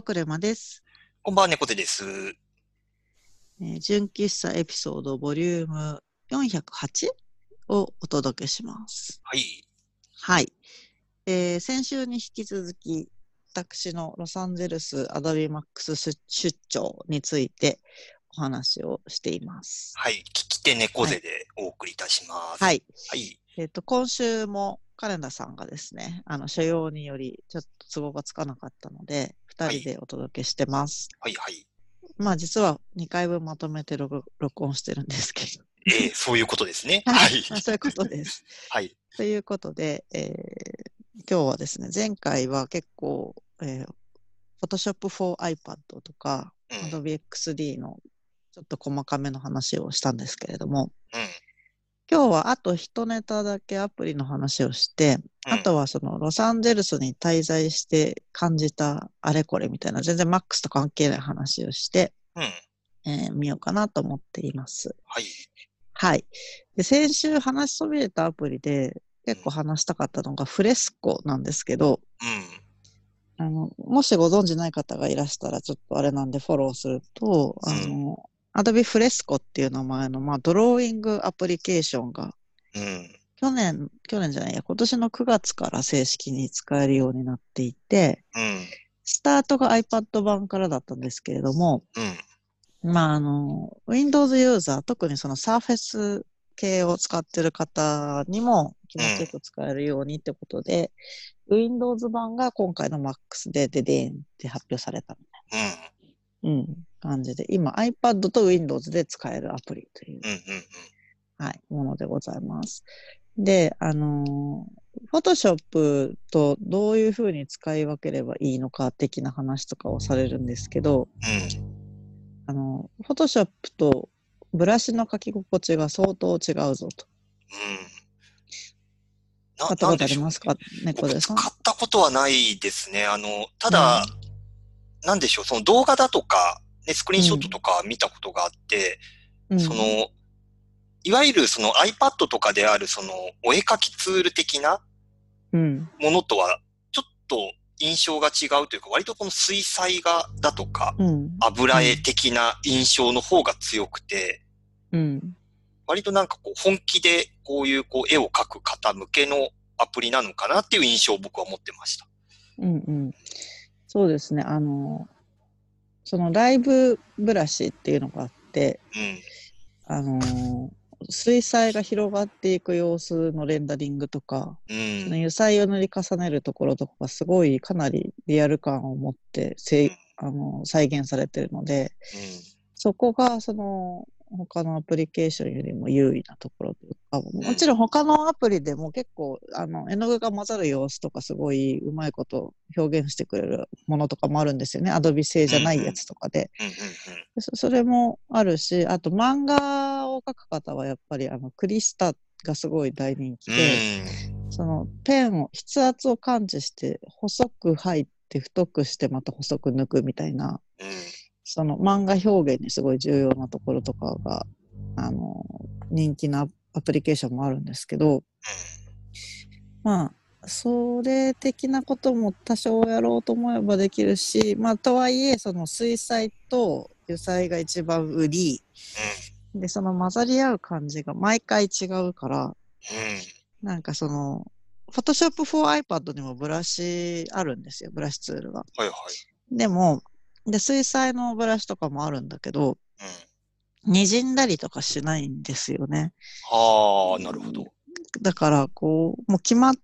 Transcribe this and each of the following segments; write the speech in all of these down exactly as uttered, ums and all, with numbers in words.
はクレマです。 こんばんは、猫背です。 えー純喫茶エピソードボリュームよんひゃくはちをお届けします。 はい。 はい。えー先週に引き続き、私のロサンゼルスアドビマックス出張についてお話をしています。 はい。聞き手猫はい。 背でお送りいたします。 はい。 はい。 えっと、今週もカレンダさんがですね、あの、所用によりちょっと都合がつかなかったので、二はい。 人でお届けしてます。 はい。はい。 まあ実はにかいぶんまとめて録録音してるんですけど。 ええ、そういうことですね。 はい。 はい。 まあそういうことです。 はい。 ということで、えー今日はですね、前回は結構、えー Photoshop for iPad とかうん。 Adobe エックスディー のちょっと細かめの話をしたんですけれども、 うん。 今日はあと一ネタだけアプリの話をして、 うん。 あとはそのロサンゼルスに滞在して感じたあれこれみたいな全然 Max と関係ない話をして、 うん。 えー見ようかなと思っています。 はい。 はい。で、先週話しそびれたアプリでうん。 結構話したかったのがフレスコなんですけど、 うん。 あの、もしご存知ない方がいらしたらちょっとあれなんでフォローすると、 うん。 あの、Adobe Fresco っていう名前の、まあ、ドローイングアプリケーションがうん。 去年、去年じゃないや、今年のくがつから正式に使えるようになっていて、 うん。 スタートが iPad 版からだったんですけれども、 うん。 まあ、あの、Windows ユーザー、特にその Surface 系を使ってる方にも気持ちよく使えるようにってことで、Windows 版が今回の Max でデデーンって発表されたみたうん。 いな、うん、感じで、今 iPad と Windows で使えるアプリという、 うん。 はい、ものでございます。で、あの、Photoshop とどういうふうに使い分ければいいのか的な話とかをされるんですけど、 うん。 あの、フォトショップとブラシの書き心地が相当違うぞと。 うん。な、 使ったことなんでしょうね。 ありますか、猫僕背さん？ 使ったことはないですね。あの、たうん。 だ、なんでしょう。その動画だとか、ね、スクリーンショットとうん。 か見たことがあって、 うん。 その、いわゆるその iPad とかであるそのお絵描きツール的なうん。 ものとはちょっと印象が違うというか、割とこの水彩画だとかうん。う油絵ん。 的な印象の方が強くて、 うん。 割となんかこう本気でこういうこう絵を描く方向けのアプリなのかなっていう印象を僕は持ってました。 うん。うん。そうですね。あの、そのライブブラシっていうのがあって、 うん。 あの、水彩が広がっていく様子のレンダリングとか、 うん。 その油彩を塗り重ねるところとかがすごいかなりリアル感を持ってせいあの再現されているので、 うん。 そこがその他のアプリケーションよりも優位なところというか、もちうん。 ろん他のアプリでも結構あの絵の具が混ざる様子とかすごいうまいこと表現してくれるものとかもあるんですよね。アドビ製うん。うん。 じゃないやつとかで。 うん。 そそれもあるし、あと漫画を描く方はやっぱりあのクリスタがすごい大人気うで、 ん。 そのペンを、筆圧を感知して細く入って太くしてまた細く抜くみたいな、 うん。 その漫画表現にすごい重要なところとかが、あの、人気なアプリケーションもあるんですけど、まあ、それ的なことも多少やろうと思えばできるし、まあ、とはいえ、その水彩と油彩が一番売り、で、その混ざり合う感じが毎回違うから、 うん。うん。 なんかその、Photoshop for iPad にもブラシあるんですよ、ブラシツールが。 はいはい。 でも、で、水彩のブラシとかもあるんだけど、 うん。 滲んだりとかしないんですよね。 はあ、なるほど。 だから、こう、もう決まった、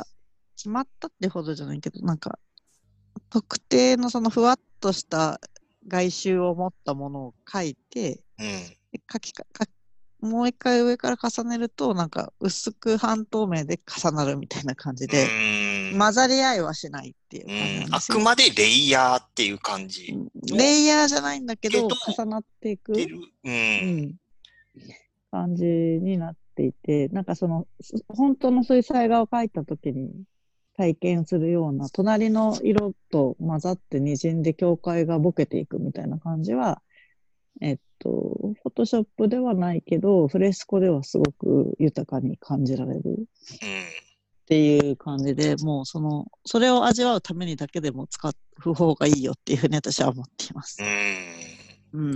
決まったってほどじゃないけど、なんか、特定のそのふわっとした外周を持ったものを描いて、 うん。 で書きか、かもう一回上から重ねると、なんか薄く半透明で重なるみたいな感じうで、 ーん。 混ざり合いはしないっていう感じうん。 なんですよ。 あくまでレイヤーっていう感じの、 レイヤーじゃないんだけど、 けど、 重なっていく、 出る。うん。 うん、感じになっていて、なんかその、本当の水彩画を描いた時に体験するような、隣の色と混ざって滲んで境界がボケていくみたいな感じは、えっと、フォトショップではないけど、フレスコではすごく豊かに感じられる。 うん。 っていう感じで、もうその、それを味わうためにだけでも使う方がいいよっていうふうに私は思っています。 うーん。 うん。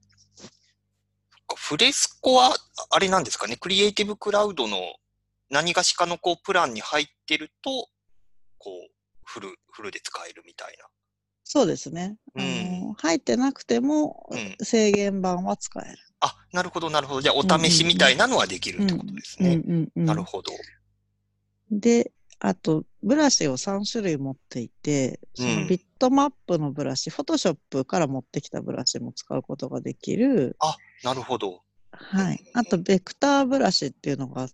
フレスコは、あれなんですかね、クリエイティブクラウドの何がしかのこうプランに入ってると、こう、フル、フルで使えるみたいな。 そうですね。 うあん。 の、入ってなくてもうん。 制限版は使える。 あ、なるほど、なるほど。じゃあ、おうん試しみたいなのはできるっうんてことですうん。うね。 んうんうん。 なるほど。 で、あと、ブラシをさん種類持っていて、そのビうん。 ットマップのブラシ、フォトショップから持ってきたブラシも使うことができる。 あ、なるほど。 はい。あと、ベクターブラシっていうのがあって、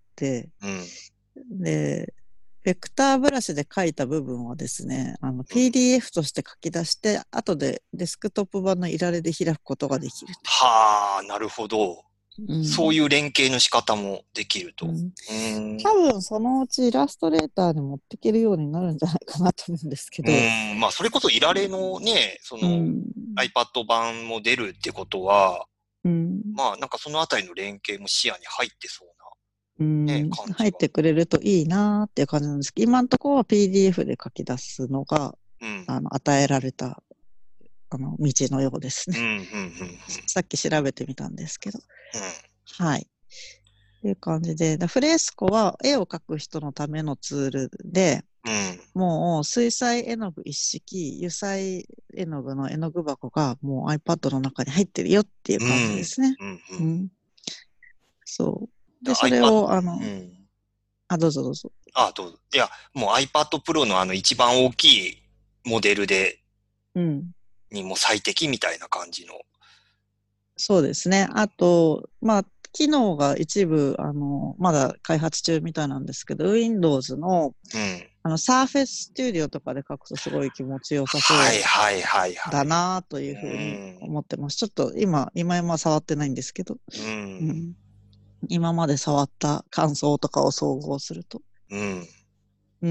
うん。うん。 で、ベクターブラシで書いた部分はですね、あの、 うん。 ピーディーエフ として書き出して、後でデスクトップ版のいられで開くことができるといはあ、なるほど。 う。うん。 そういう連携の仕方もできると。 うん、 うーん。 多分そのうちイラストレーターに持っていけるようになるんじゃないかなと思うんですけうど。 ーん。まあ、それこそいられのね、そのうん。 iPad 版も出るってことは、 うん。 まあ、なんかそのあたりの連携も視野に入ってそうな、ね、 うん。 感じは。 入ってくれるといいなーっていう感じなんですけど、今のところは ピーディーエフ で書き出すのが、 うん。 あの、与えられた、あの、道のようですね。 うん、うん、うん、うん。 さっき調べてみたんですけど。 うん。 はい。っていう感じで、フレスコは絵を描く人のためのツールで、 うん。 もう水彩絵の具一式、油彩絵の具の絵の具箱がもう iPad の中に入ってるよっていううん。 感じですね。 うん。うん。 うん。そう。で、 だそれ iPad、 を、あの、 うん。 あ、どうぞどうぞ。 あ、どうぞ。いや、もう iPad Pro のあの一番大きいモデルで、 うん。 にも最適みたいな感じの。 そうですね。あと、まあ、機能が一部、あの、まだ開発中みたいなんですけど、Windows の、 うん。 あの、Surface Studio とかで書くとすごい気持ちよさはいそはいはいうだはい。 なといううふうにん。 思ってます。ちょっと今、今今触ってないんですけど、 うん。 うん、今まで触った感想とかを総合すると。 うん。 うん。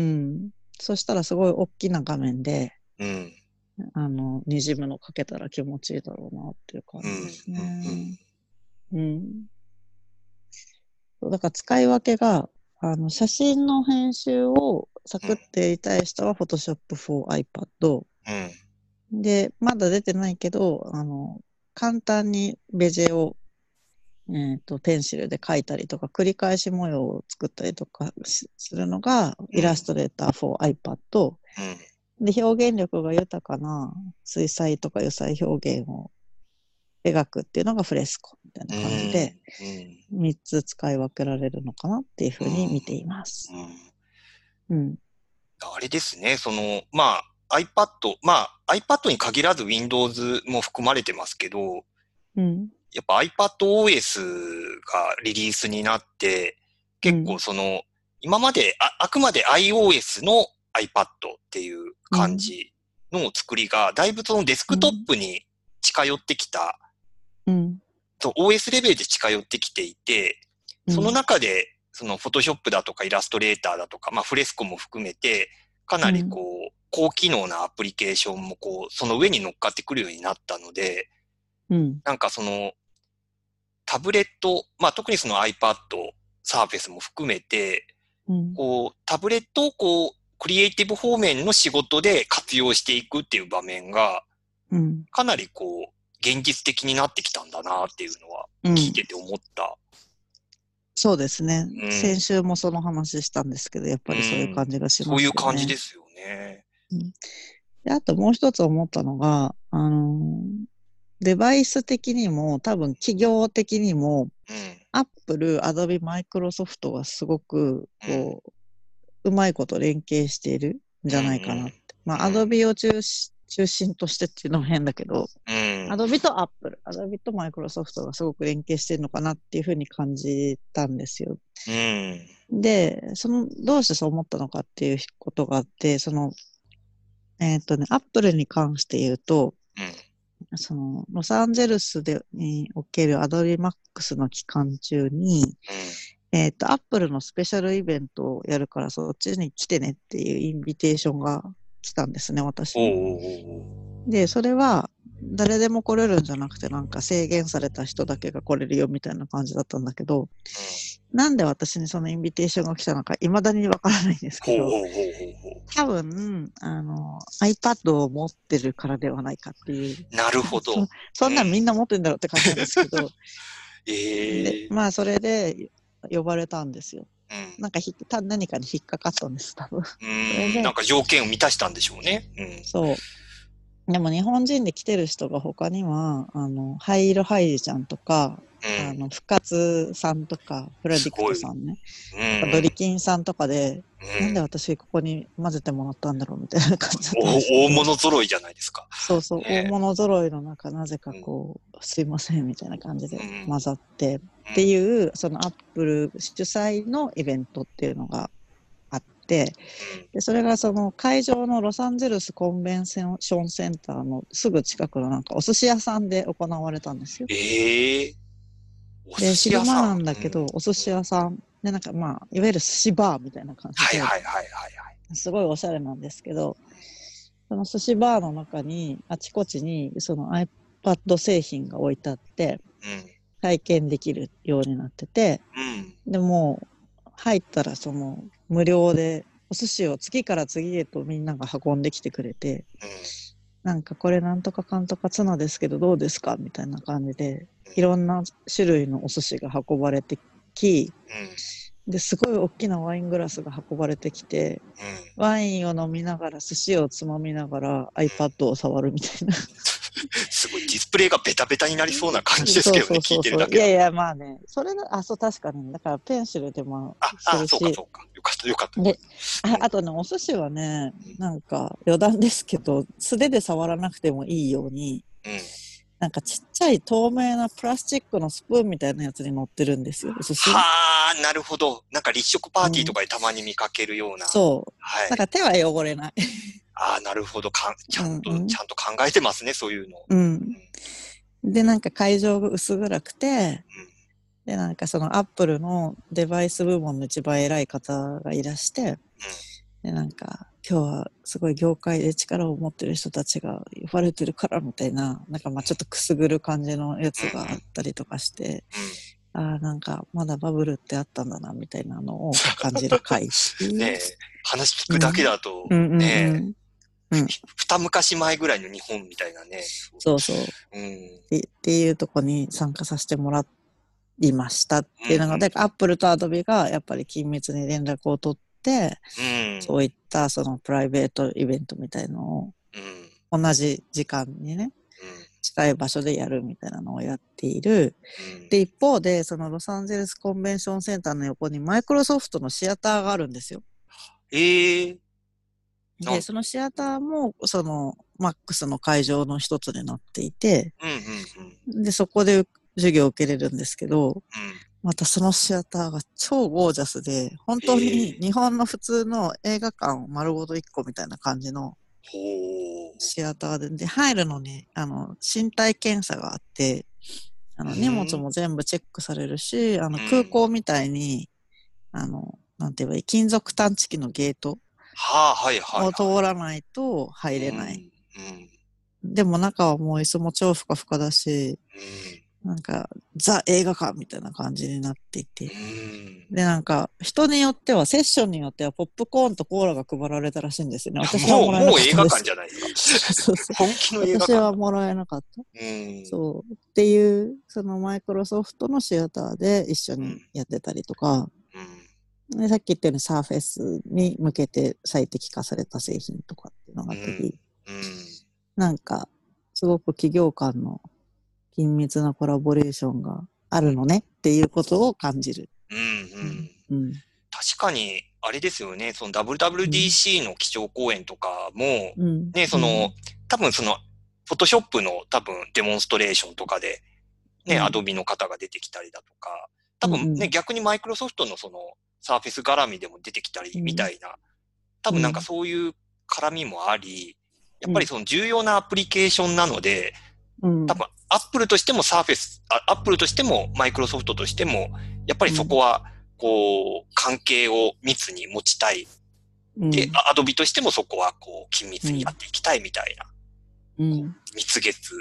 そしたらすごい大きな画面で、 うん。 あの、滲むのかけたら気持ちいいだろうなっていう感うん。うん。 じですね。うん。だから使い分けが、あの、写真の編集をサクってやりたい人は Photoshop for iPad。 うん。 で、まだ出てないけど、あの、簡単にベジェを、えっと、ペンシルで描いたりとか、繰り返し模様を作ったりとかするのが、イラストレーター for iPad。 うん。 で、表現力が豊かな水彩とか油彩表現を描くっていうのがフレスコみたいなうん。 感じで、 うん。 みっつ使い分けられるのかなっていうふうに見ていまうす。 ん。 うん。 あれですね、その、まあ、iPad、まあ、iPad に限らず Windows も含まれてますけど、 うん。 やっぱ iPadOS がリリースになって、結構うん。 その、今まであ、あくまで iOS の iPad っていううん。 感じの作りが、だいぶそのデスクトッうん。 プに近寄ってきた、 うん。 そう オーエス レベルで近寄ってきていて、そのうん。 中で、その Photoshop だとかイラストレーターだとか、まあフレスコも含めて、かなりこう、高機能なアプリケーションもこう、その上に乗っかってくるようになったので、 うん。 なんかその、タブレット、まあ特にその iPad、Surface も含めて、 うん。 こう、タブレットをこう、クリエイティブ方面の仕事で活用していくっていう場面が、 うん。 かなりこう、現実的になってきたんだなっていうのは、 うん。 聞いてて思った。 そうですね。 うん。 先週もその話したんですけど、やっぱうりそういう感ん。 じがしまそういうすよね。 感じですよね。 うん、で、あともう一つ思ったのが、あのーデバイス的にも、多分企業的にも、 うん。 Apple、Adobe、Microsoft がすごく、 うん。 こう、うまいこと連携しているんうん。 じゃないかなって。まあ、 うん。 Adobe を中心中心としてっていうのも変だけど、 うん。 Adobe と Apple、Adobe と Microsoft がすごく連携してるのかなっていうふうに感じたんですよ。 うん。 で、その、どうしてそう思ったのかっていうことがあって、その、えっとね、Apple に関して言うと、 うん。 その、ロサンゼルスで、におけるアドリマックスの期間中に、えっと、アップルのスペシャルイベントをやるからそっちに来てねっていうインビテーションが来たんですね、私おに。 うおうおうおう。 で、それは、 誰でも来れるんじゃなくて、なんか制限された人だけが来れるよみたいな感じだったんだけど、なんで私にそのインビテーションが来たのか未だにわからないんですけど、多分、あの、iPad を持ってるからではないかっていう。 なるほど。 そ, そんなんみんな持ってんだろうって感じなんですけど、 えー、 でまあそれで呼ばれたんですよ。 うん、 なんかひた何かに引っかかったんです、多分。 うんなんか条件を満たしたんでしょうね。うん、 そう。でも日本人で来てる人が他には、あの、ハイイロハイジちゃんとか、うん、あの、深津さんとか、プラディクトさんね。うん、ドリキンさんとかで、うん、なんで私ここに混ぜてもらったんだろうみたいな感じだったんですけど。 大物揃いじゃないですか。 そうそう、ね、大物揃いの中、なぜかこう、うん、すいませんみたいな感じで混ざって、うん、っていう、そのアップル主催のイベントっていうのがあって、でそれがその会場のロサンゼルスコンベンションセンターのすぐ近くのなんかお寿司屋さんで行われたんですよ。 えー、 お寿司屋さんで昼間なんだけど、うん、お寿司屋さんでなんかまあいわゆる寿司バーみたいな感じで、はいはいはいはい、すごいおしゃれなんですけど、その寿司バーの中にあちこちにその iPad 製品が置いてあって、うん、体験できるようになってて、うん、でも入ったらその無料でお寿司を次から次へとみんなが運んできてくれて、うん、なんかこれなんとかかんとかツナですけどどうですかみたいな感じでいろんな種類のお寿司が運ばれてき、うん、ですごい大きなワイングラスが運ばれてきて、うん、ワインを飲みながら寿司をつまみながら iPad を触るみたいなすごいディスプレイがベタベタになりそうな感じですけどね、聞いてるだけいやいや、まあね、それが、あ、そう、確かに、だからペンシルでもするし。あ、あ、そうか、そうか。よかった、よかった。 で、あ, あとね、お寿司はね、なんか余談ですけど、素手で触らなくてもいいように、うん、なんかちっちゃい透明なプラスチックのスプーンみたいなやつに乗ってるんですよ、お寿司。 はあ、なるほど。なんか立食パーティーとかでたまに見かけるような。うん、 そう。はい。だから手は汚れない。 ああ、なるほどか。ちゃんと、うんうん、ちゃんと考えてますね、そういうの。 うん。うん、で、なんか会場が薄暗くて、うん、で、なんかそのアップルのデバイス部門の一番偉い方がいらして、うん、で、なんか、今日はすごい業界で力を持ってる人たちが呼ばれてるからみたいな、なんかまあちょっとくすぐる感じのやつがあったりとかして、うん、ああ、なんかまだバブルってあったんだなみたいなのを感じる回。 ねえ、話聞くだけだと、ねえ、うんうんうんうん、二昔前ぐらいの日本みたいなね。 そうそう。うん、っていうとこに参加させてもらいましたっていうのが、で、アップルとアドビがやっぱり緊密に連絡を取って、うん、そういったそのプライベートイベントみたいのを、うん、同じ時間にね、うん、近い場所でやるみたいなのをやっている。うん、で、一方で、そのロサンゼルスコンベンションセンターの横にマイクロソフトのシアターがあるんですよ。 えーで、そのシアターも、その、マックスの会場の一つになっていて、うんうんうん、で、そこで授業を受けれるんですけど、うん、またそのシアターが超ゴージャスで、本当に日本の普通の映画館丸ごと一個みたいな感じのシアターで、で、入るのに、あの、身体検査があって、あの、荷物も全部チェックされるし、あの、空港みたいに、あの、なんて言えばいい、金属探知機のゲート、 はあ、はいはい、はい。 を通らないと入れない。うんうん、でも中はもう椅子も超ふかふかだし、うん、なんかザ映画館みたいな感じになっていて。うん、で、なんか人によっては、セッションによってはポップコーンとコーラが配られたらしいんですよね。私はもらえなかったです。 もう、もう映画館じゃないですか。そうそう本気の映画館。 私はもらえなかった。うん、そう。っていう、そのマイクロソフトのシアターで一緒にやってたりとか、うんでさっき言ったようにサーフェスに向けて最適化された製品とかっていうのがあったり、うんうん、なんかすごく企業間の緊密なコラボレーションがあるのねっていうことを感じる。うんうんうん、確かにあれですよね、その ダブリューダブリューディーシー の基調講演とかも、うん、ね、その、うん、多分そのフォトショップの多分デモンストレーションとかでね、アドビの方が出てきたりだとか、多分ね、うん、逆にマイクロソフトのそのサーフェス絡みでも出てきたりみたいな、多分なんかそういう絡みもあり、やっぱりその重要なアプリケーションなので、多分アップルとしてもサーフェス、アップルとしてもマイクロソフトとしても、やっぱりそこはこう関係を密に持ちたい。で、アドビとしてもそこはこう緊密にやっていきたいみたいな、密月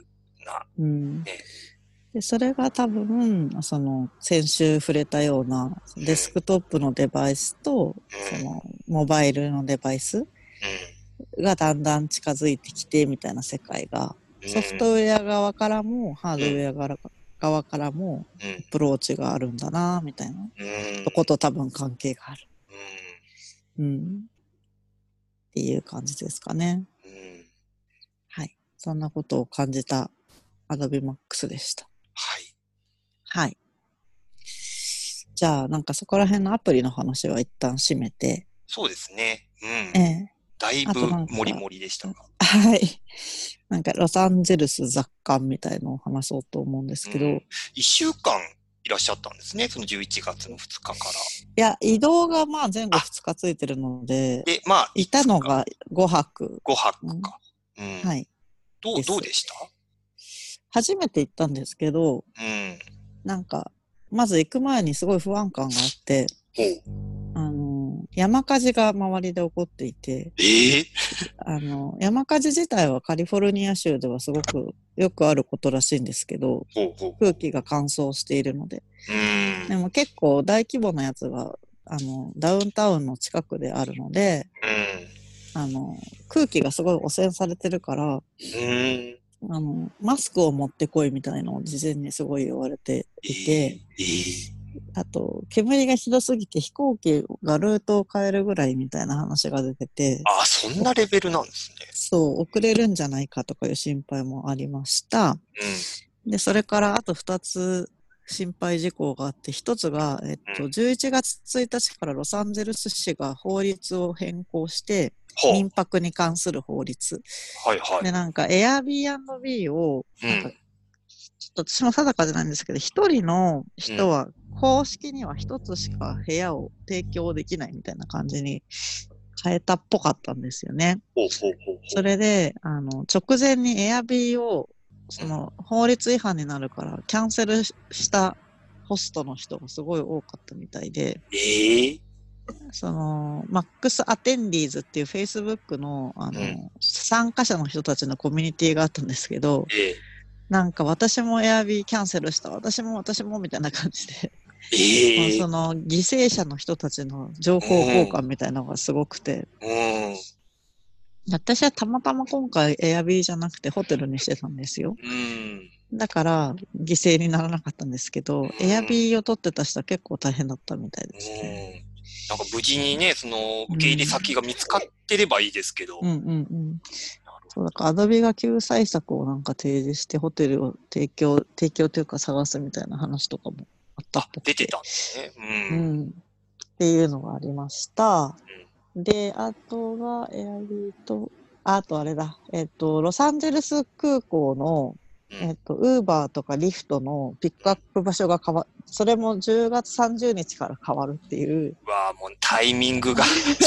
な。 うん。ね、でそれが多分、その、先週触れたような、デスクトップのデバイスと、うん、その、モバイルのデバイスがだんだん近づいてきて、みたいな世界が、うん、ソフトウェア側からも、ハードウェア側から側からもアプローチがあるんだなみたいな、うん、とこと多分関係がある、うん、うん、っていう感じですかね、うん、はい、そんなことを感じた Adobe Max でした。 はいはい。じゃあなんかそこら辺のアプリの話は一旦閉めて。 そうですね、うん、 ええ、 だいぶモリモリでしたが、 はい。なんかロサンゼルス雑感みたいのを話そうと思うんですけど。うん、 いっしゅうかんいらっしゃったんですね、そのじゅういちがつのふつかから。いや、移動がまあ前後ふつかついてるので、 で、まあ、 いたのがごはく。 ごはくか。うん、 はい。 どう、どうでした？ 初めて行ったんですけど、うん、なんか、まず行く前にすごい不安感があって、あの、山火事が周りで起こっていて、 えー、 あの、山火事自体はカリフォルニア州ではすごくよくあることらしいんですけど、ほうほう空気が乾燥しているので。うん、でも結構大規模なやつが、あの、ダウンタウンの近くであるので、うん、あの、空気がすごい汚染されてるから、うんあの、マスクを持ってこいみたいなのを事前にすごい言われていて、えーえー、あと、煙がひどすぎて飛行機がルートを変えるぐらいみたいな話が出てて。 ああ、そんなレベルなんですね。 そう、遅れるんじゃないかとかいう心配もありました。うん、で、それからあとふたつ心配事項があって、ひとつが、えっと、じゅういちがつついたちからロサンゼルス市が法律を変更して、民泊に関する法律。はいはい。で、なんか Airbnb を、なんか、うん、ちょっと私も定かじゃないんですけど、一人の人は公式には一つしか部屋を提供できないみたいな感じに変えたっぽかったんですよね。ほうほうほうほう。それで、あの、直前に Airb を、その、法律違反になるから、キャンセルしたホストの人がすごい多かったみたいで、えー、その、マックスアテンディーズっていう Facebook の、あの、うん、参加者の人たちのコミュニティがあったんですけど、えー、なんか私も Airb キャンセルした、私も私もみたいな感じで、えー、その犠牲者の人たちの情報交換みたいなのがすごくて、うんうん、私はたまたま今回 Airb じゃなくてホテルにしてたんですよ。うん、だから犠牲にならなかったんですけど、うん、Airb を取ってた人は結構大変だったみたいですね。 うんなんか無事にね、その受け入れ先が見つかってればいいですけど。うんうんうん。 そうだからアドビが救済策をなんか提示してホテルを提供、提供というか探すみたいな話とかもあったっぽくて。 出てたんですね。うん。 うん。っていうのがありました。うん、で、あとがエアビーと、あとあれだ、えっと、ロサンゼルス空港の、えっと、ウーバーとかリフトのピックアップ場所が変わ、それもじゅうがつさんじゅうにちから変わるっていう。 うわぁ、もうタイミングが。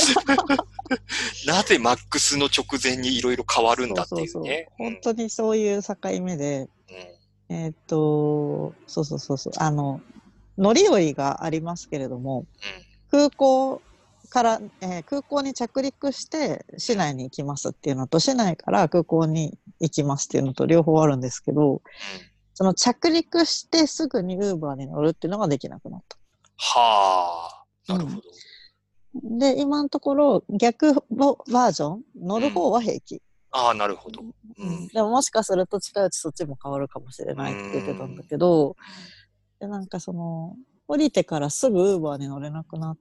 なぜマックスの直前にいろいろ変わるんだっていうね。そうそうそう、 本当にそういう境目で、うん、えっと、そうそうそうそう、あの、乗り降りがありますけれども、うん、空港から、えー、空港に着陸して市内に行きますっていうのと、市内から空港に行きますっていうのと両方あるんですけど、うん、その着陸してすぐにウーバーに乗るっていうのができなくなった。 はあ、なるほど。 うん、で、今のところ逆バージョン、乗る方は平気。うん、 ああ、なるほど、 うん。でももしかすると近いうちそっちも変わるかもしれないって言ってたんだけど、で、なんかその、降りてからすぐウーバーに乗れなくなって、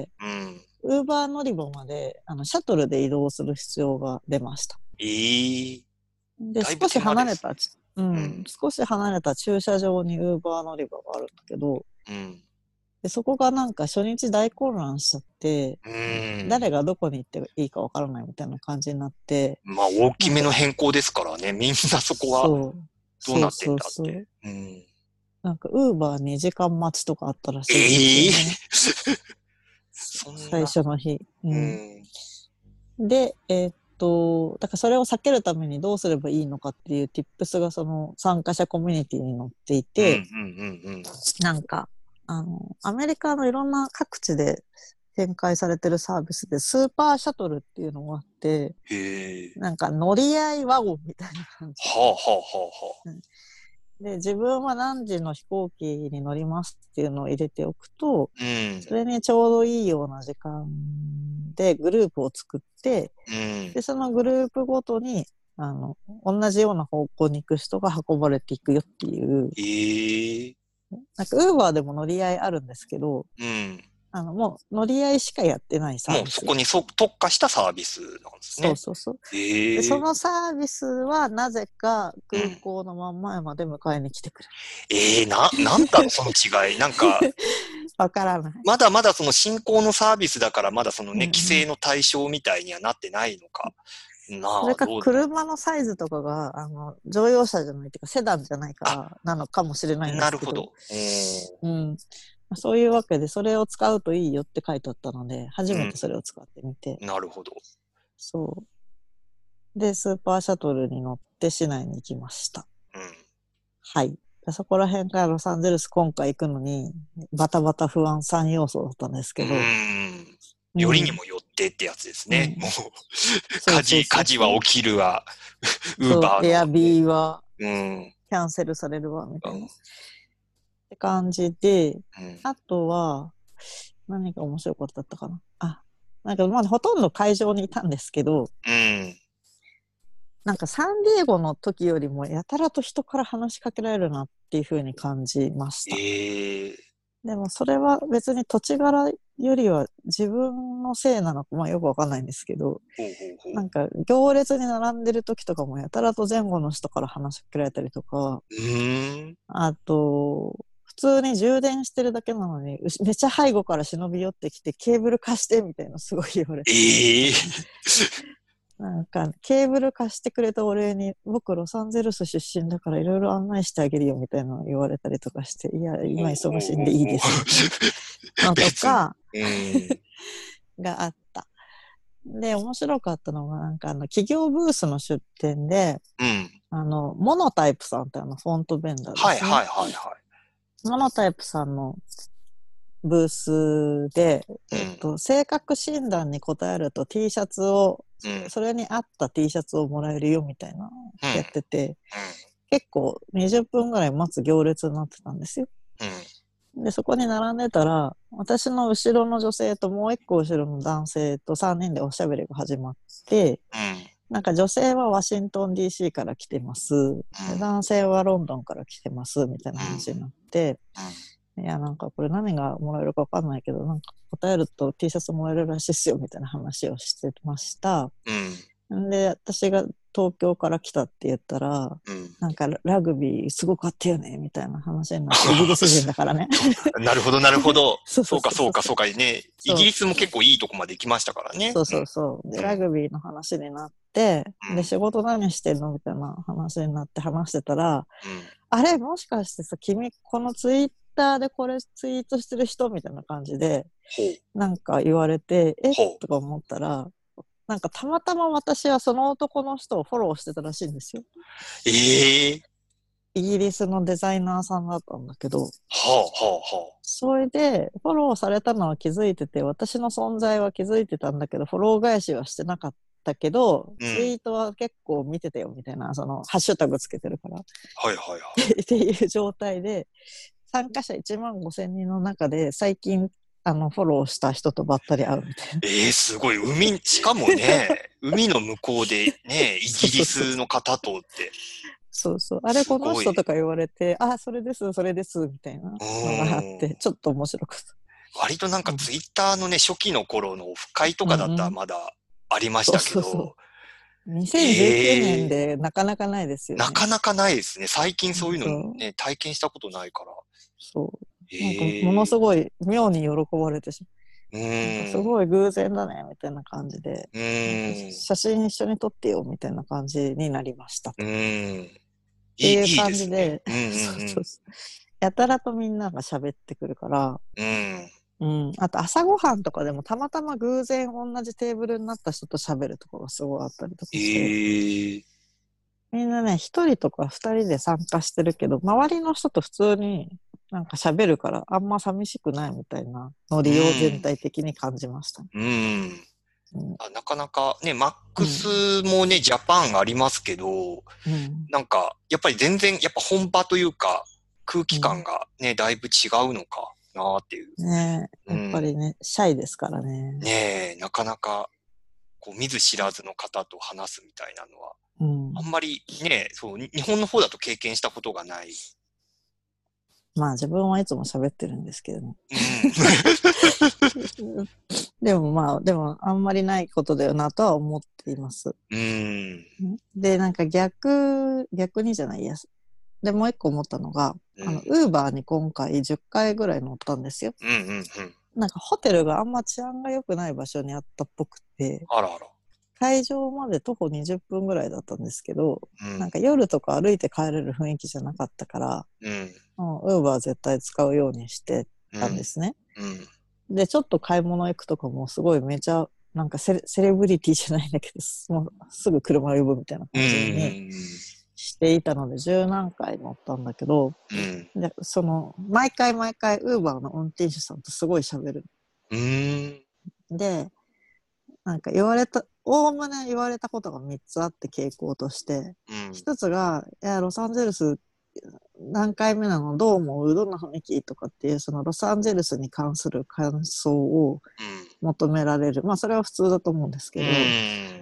ウーバー乗り場まであのシャトルで移動する必要が出ました。 えー、 で、少し離れた、うん、うん、少し離れた駐車場にウーバー乗り場があるんだけど、うん、でそこがなんか初日大混乱しちゃって、うん、誰がどこに行っていいかわからないみたいな感じになって、 まあ大きめの変更ですからね、みんなそこはどうなってんだって。そうそうそう、うん、 なんかウーバーにじかん待ちとかあったらしいですよね。えー最初の日。うんうん、で、えー、っと、だからそれを避けるためにどうすればいいのかっていう tips がその参加者コミュニティに載っていて、うんうんうんうん、なんか、あの、アメリカのいろんな各地で展開されてるサービスで、スーパーシャトルっていうのがあって、 へなんか乗り合いワゴンみたいな感じ。 はあはあはあはあ。 うんで、自分は何時の飛行機に乗りますっていうのを入れておくと、 うん、 それにちょうどいいような時間でグループを作って、 うん、 で、そのグループごとに、あの、同じような方向に行く人が運ばれていくよっていう。 えー、 なんか、ウーバーでも乗り合いあるんですけど、 うん。 あの、もう乗り合いしかやってないサービス。 もうそこにそ特化したサービスなんですね。 そうそうそう。 えー、 で、そのサービスはなぜか空港の真ん前まで迎えに来てくれる。 うん、ええー、な、なんだろう、その違い。なんか、 わからない。 まだまだその新興のサービスだからまだそのね、 うんうん、 規制の対象みたいにはなってないのか。なあ、 それかどう車のサイズとかが、あの、乗用車じゃないっていうか、セダンじゃないからなのかもしれないんですけど。 なるほど。 うん。そういうわけで、それを使うといいよって書いてあったので、初めてそれを使ってみて。 うん、なるほど。 そう。で、スーパーシャトルに乗って市内に行きました。 うん。 はい。そこら辺からロサンゼルス今回行くのに、バタバタ不安さん要素だったんですけど。 うん。よりにもよってってやつですね。うん、もう、火事、火事は起きるわ。ウーバーの。 エアビーは、 うん、 キャンセルされるわ、みたいな。うんって感じで、うん、あとは、何が面白いことだったかな。あ、なんかまだほとんど会場にいたんですけど、 うん、 なんかサンディエゴの時よりもやたらと人から話しかけられるなっていう風に感じました。えー、でもそれは別に土地柄よりは自分のせいなのか、まあよくわかんないんですけど、ほうほうほう、なんか行列に並んでる時とかもやたらと前後の人から話しかけられたりとか、 うーん、あと、普通に充電してるだけなのに、めっちゃ背後から忍び寄ってきて、ケーブル貸してみたいなすごい言われて。えー、なんか、ケーブル貸してくれたお礼に、僕ロサンゼルス出身だからいろいろ案内してあげるよみたいなの言われたりとかして、いや、今忙しいんでいいですみたいなのとか、があった。で、面白かったのが、なんかあの、企業ブースの出展で、うん、あの、モノタイプさんってあの、フォントベンダーですね。はいはいはいはい。モノタイプさんのブースで、えっと、うん、性格診断に答えると T シャツを、うん、それに合った T シャツをもらえるよみたいなやってて、うん、結構にじゅっぷんぐらい待つ行列になってたんですよ。うん、で、そこに並んでたら、私の後ろの女性ともう一個後ろの男性とさんにんでおしゃべりが始まって、うん、なんか女性はワシントン ディーシー から来てます、うん、男性はロンドンから来てますみたいな話になって、うん、いやなんかこれ何がもらえるか分かんないけどなんか答えると T シャツもらえるらしいっすよみたいな話をしてました、うん、で私が東京から来たって言ったら、うん、なんかラグビーすごかったよねみたいな話になってイギリス人だからねなるほどなるほどそうかそうかそうかねイギリスも結構いいとこまで行きましたからねそうそうそう、うん、でラグビーの話になって、うん、で仕事何してんのみたいな話になって話してたら、うん、あれもしかしてさ君このツイッターでこれツイートしてる人みたいな感じでなんか言われてえとか思ったらなんかたまたま私はその男の人をフォローしてたらしいんですよ。えー、イギリスのデザイナーさんだったんだけど、はあはあはあ、それでフォローされたのは気づいてて私の存在は気づいてたんだけどフォロー返しはしてなかったけど、うん、ツイートは結構見てたよみたいなそのハッシュタグつけてるからはいはいはいっていう状態で参加者いちまんごせんにんの中で最近あのフォローした人とばったり会うみたいな。えー、すごい海しかもね海の向こうでねイギリスの方とってそうそうあれこの人とか言われてあそれですそれですみたいなのがあってちょっと面白かった。割となんかツイッターのね初期の頃のオフ会とかだったらまだありましたけど、うんうん、そうそうそうにせんじゅうきゅうねんでなかなかないですよね。なかなかないですね。最近そういうのね体験したことないから。そう。なんかものすごい妙に喜ばれてしまう。なんかすごい偶然だねみたいな感じで、うん写真一緒に撮ってよみたいな感じになりました。うんっていう感じで、やたらとみんなが喋ってくるから、うんうん、あと朝ごはんとかでもたまたま偶然同じテーブルになった人と喋るところがすごいあったりとかして、えー、みんなね一人とか二人で参加してるけど周りの人と普通になんか喋るからあんま寂しくないみたいなノリを全体的に感じました。 うん。うんうん、あなかなかね、マックスもね、うん、ジャパンありますけど、うん、なんか、やっぱり全然、やっぱ本場というか、空気感がね、うん、だいぶ違うのかなっていう。 ねえ、やっぱりね、うん、シャイですからね。 ねえ、なかなか、こう、見ず知らずの方と話すみたいなのは、うん、あんまりね、そう、日本の方だと経験したことがない。 まあ自分はいつも喋ってるんですけどね。うん、でもまあ、でもあんまりないことだよなとは思っています。うん、で、なんか逆、逆にじゃないや。で、もう一個思ったのが、うん、あの、ウーバーに今回じゅっかいぐらい乗ったんですよ。うんうんうん、なんかホテルがあんま治安が良くない場所にあったっぽくて、あらあら、会場まで徒歩にじゅっぷんぐらいだったんですけど、うん、なんか夜とか歩いて帰れる雰囲気じゃなかったから、うん、ウーバー絶対使うようにしてたんですね。うんうん、で、ちょっと買い物行くとかもすごいめちゃ、なんかセレ、セレブリティじゃないんだけど、もうすぐ車呼ぶみたいな感じにしていたので、十何回乗ったんだけど、うん、でその、毎回毎回ウーバーの運転手さんとすごい喋る。うん、で、なんか言われた、おおむね言われたことがみっつあって傾向として、ひと、うん、つが、いや、ロサンゼルス何回目なのどう思うどんな雰囲気とかっていう、そのロサンゼルスに関する感想を求められる。うん、まあ、それは普通だと思うんですけど、うん、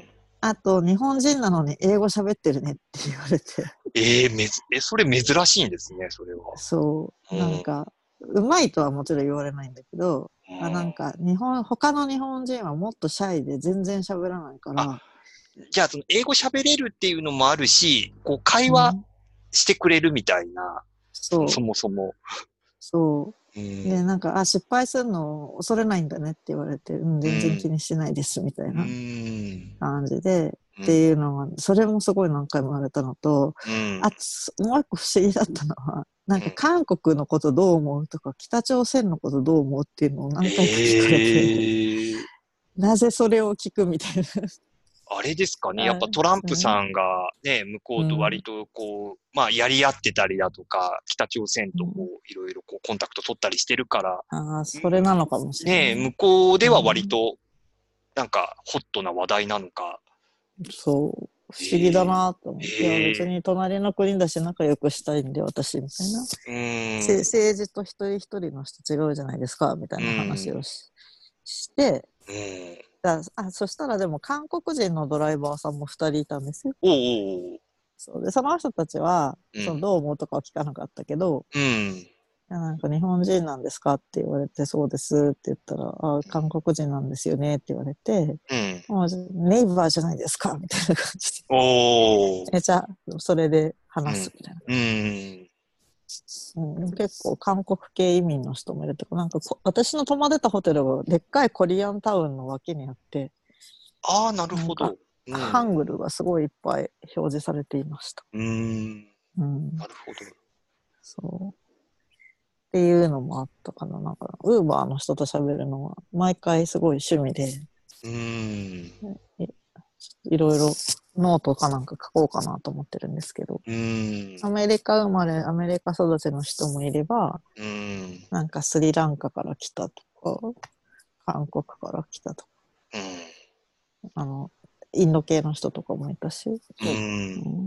あと、日本人なのに英語喋ってるねって言われて。 えー、めず、え、それ珍しいんですね、それは。 そう。なんか、うまいとはもちろん言われないんだけど、あ、なんか、日本、他の日本人はもっとシャイで全然喋らないから。 じゃあ、その英語喋れるっていうのもあるし、こう、会話してくれるみたいな、うん、そう。そもそも。 そう。うん、で、なんか、あ、失敗するの恐れないんだねって言われて、うん、全然気にしないです、みたいな感じで、うん、っていうのが、それもすごい何回も言われたのと、うん、あ、もう一個不思議だったのは、なんか韓国のことどう思うとか、北朝鮮のことどう思うっていうのを何回か聞かれて、えー、なぜそれを聞くみたいな。 あれですかね。やっぱトランプさんがね、向こうと割とこう、うん、まあやり合ってたりだとか、北朝鮮とこう、いろいろこうコンタクト取ったりしてるから。 ああ、それなのかもしれない。 ね、向こうでは割と、なんかホットな話題なのか。 うん、そう。不思議だなと思って、えー、いや別に隣の国だし仲良くしたいんで私みたいな。うん政治と一人一人の人違うじゃないですかみたいな話を し,、して、うんだあそしたらでも韓国人のドライバーさんもふたりいたんですよ。おおそうでその人たちは、うん、そのどう思うとかは聞かなかったけど、うん、いやなんか日本人なんですかって言われてそうですって言ったらあ韓国人なんですよねって言われて、うん、もうネイバーじゃないですかみたいな感じでおえじゃあそれで話すみたいな、うんうんうん、結構韓国系移民の人もいるとか、なんか私の泊まってたホテルがでっかいコリアンタウンの脇にあって、 ああ、なるほど。 うん、ハングルがすごいいっぱい表示されていました。うーん。 うん。なるほど。 そう。っていうのもあったかな。なんか、ウーバーの人と喋るのは、毎回すごい趣味で、うーん。いろいろノートかなんか書こうかなと思ってるんですけど、うんアメリカ生まれ、アメリカ育ちの人もいれば、うんなんかスリランカから来たとか、韓国から来たとか、うん、あの、インド系の人とかもいたし、うん、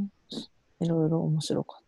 いろいろ面白かった。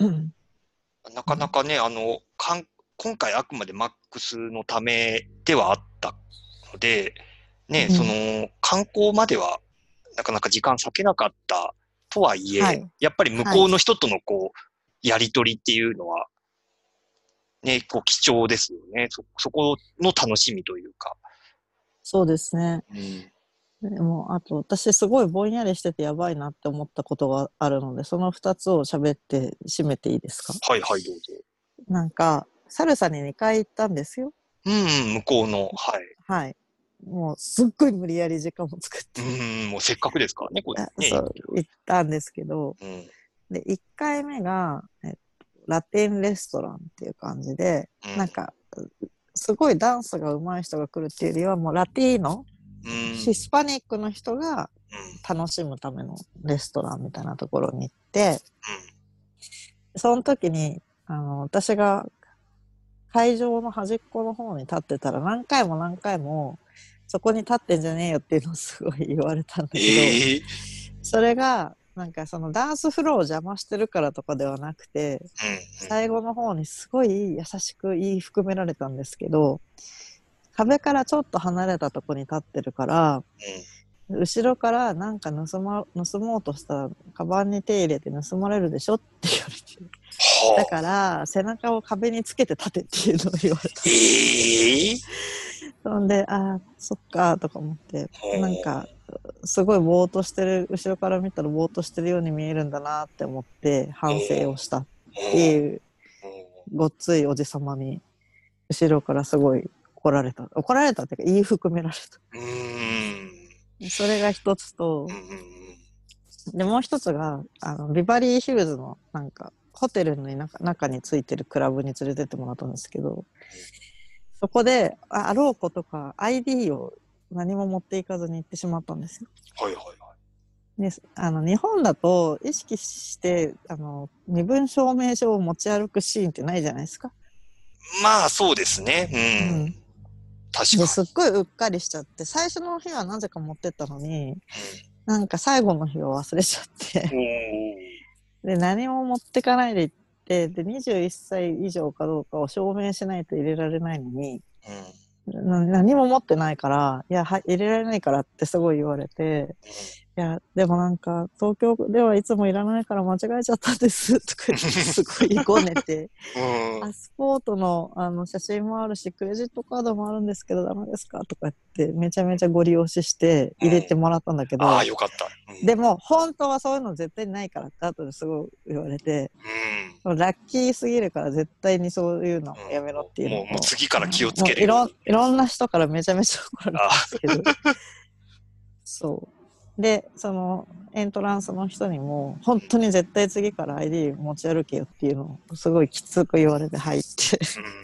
うん、 なかなかね、あの、かん今回あくまでマックスのためではあったので、ね、うん、その観光まではなかなか時間割けなかったとはいえ、はい、やっぱり向こうの人とのこう、やりとりっていうのは、ね、こう貴重ですよね。そ、そこの楽しみというか。 そうですね。うん、でも、あと私すごいぼんやりしててやばいなって思ったことがあるので、その二つを喋って締めていいですか？ はいはい、どうぞ。 なんか、サルサににかい行ったんですよ。 うん、向こうの、はい。 はい。もう、すっごい無理やり時間を作って。 うん、もうせっかくですからね、これね。 そう、行ったんですけど、うん、で、いっかいめが、えっと、ラテンレストランっていう感じで、うん、なんか、すごいダンスが上手い人が来るっていうよりは、もうラティーノ、うん、ヒスパニックの人が楽しむためのレストランみたいなところに行って、うん、その時に、あの、私が会場の端っこの方に立ってたら何回も何回もそこに立ってんじゃねえよっていうのをすごい言われたんだけど、えー、それがなんかそのダンスフローを邪魔してるからとかではなくて、うんうん、最後の方にすごい優しく言い含められたんですけど、壁からちょっと離れたとこに立ってるから、うん、後ろからなんか盗ま、盗もうとしたらカバンに手入れて盗まれるでしょって言われて、はあ、だから背中を壁につけて立てっていうのを言われた。えー、そんで、ああ、そっかとか思って、なんかすごいぼーっとしてる、後ろから見たらぼーっとしてるように見えるんだなって思って反省をしたっていう、ごっついおじさまに後ろからすごい怒られた。怒られたっていうか言い含められた。うーん、それが一つと、で、もう一つが、あの、ビバリーヒルズのなんか、ホテルの中、中についてるクラブに連れてってもらったんですけど、そこで、あろうことか アイディー を何も持っていかずに行ってしまったんですよ。はいはいはい。で、あの、日本だと意識して、あの、身分証明書を持ち歩くシーンってないじゃないですか。 まあ、そうですね。うん。うん、確かに。 ですっごいうっかりしちゃって、最初の日はなぜか持ってったのに、うん、なんか最後の日は忘れちゃってで、何も持ってかないで行って、で、にじゅういっさい以上かどうかを証明しないと入れられないのに、うん、な何も持ってないから、いや、は入れられないからってすごい言われて、いや、でもなんか、東京ではいつもいらないから間違えちゃったんです、とか言って、すごいごねて、パスポートのあの写真もあるし、クレジットカードもあるんですけど、ダメですかとか言って、めちゃめちゃご利用しして入れてもらったんだけど、 うん、ああ、よかった。 うん、でも、本当はそういうの絶対ないからって後ですごい言われて、うん、ラッキーすぎるから絶対にそういうのやめろっていうのを、 うん、もう、もう次から気をつけるように。いろ、いろんな人からめちゃめちゃ怒られたんですけど、そう。で、そのエントランスの人にも本当に絶対次から アイディー 持ち歩けよっていうのをすごいきつく言われて入って、うん、もう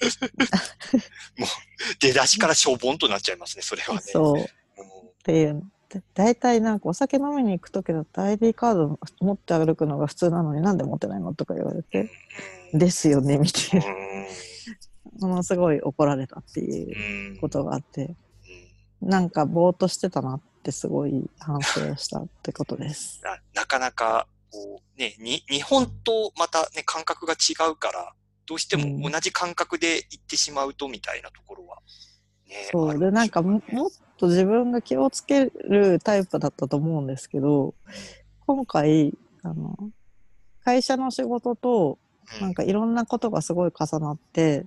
出だしからしょぼんとなっちゃいますね、それはね。 そう、うん、っていうだいたいなんかお酒飲みに行くときだと アイディー カード持って歩くのが普通なのになんで持ってないのとか言われて、うん、ですよねみたいな、うん、ものすごい怒られたっていうことがあって、うん、なんかぼーっとしてたなってすごい反省をしたってことです。 な, なかなかこう、ね、に日本とまた、ね、感覚が違うからどうしても同じ感覚で行ってしまうとみたいなところは、ね、 うん、そうでなんか も, もっと自分が気をつけるタイプだったと思うんですけど、今回あの会社の仕事となんかいろんなことがすごい重なって、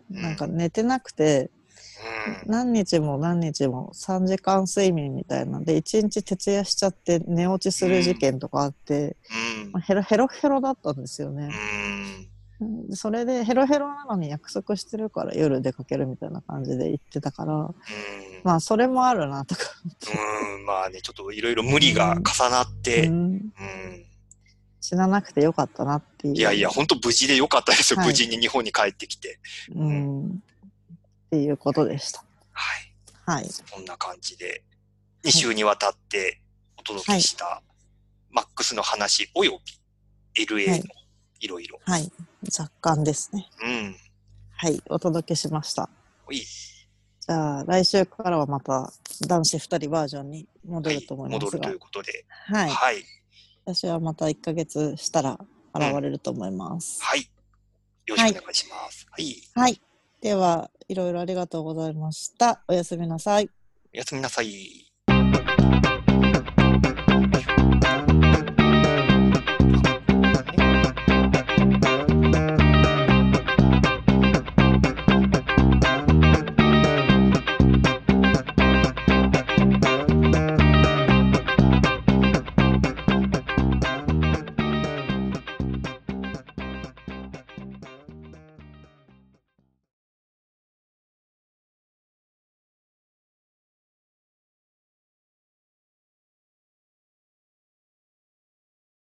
うん、なんか寝てなくて、うん、何日も何日もさんじかん睡眠みたいなんでいちにち徹夜しちゃって寝落ちする事件とかあって、うんまあ、ヘロヘロヘロだったんですよね、うん、それでヘロヘロなのに約束してるから夜出かけるみたいな感じで言ってたから、うん、まあそれもあるなとかうんまあねちょっといろいろ無理が重なって、うんうん死ななくてよかったなっていう。 いやいや、本当無事でよかったですよ。はい、無事に日本に帰ってきて。 うん。っていうことでした。 はい。 はい。 こんな感じで、に週にわたってお届けした、はい、マックスの話および エルエー のいろいろ。 はい。雑感ですね。うん。はい。お届けしました。いい。じゃあ、来週からはまた男子ふたりバージョンに戻ると思いますが。はい、 戻るということで。 はい。はい。私はまたいっかげつしたら現れると思います。 うん、はい。よろしくお願いします。 はい。はい、では、いろいろありがとうございました。おやすみなさい。 おやすみなさい。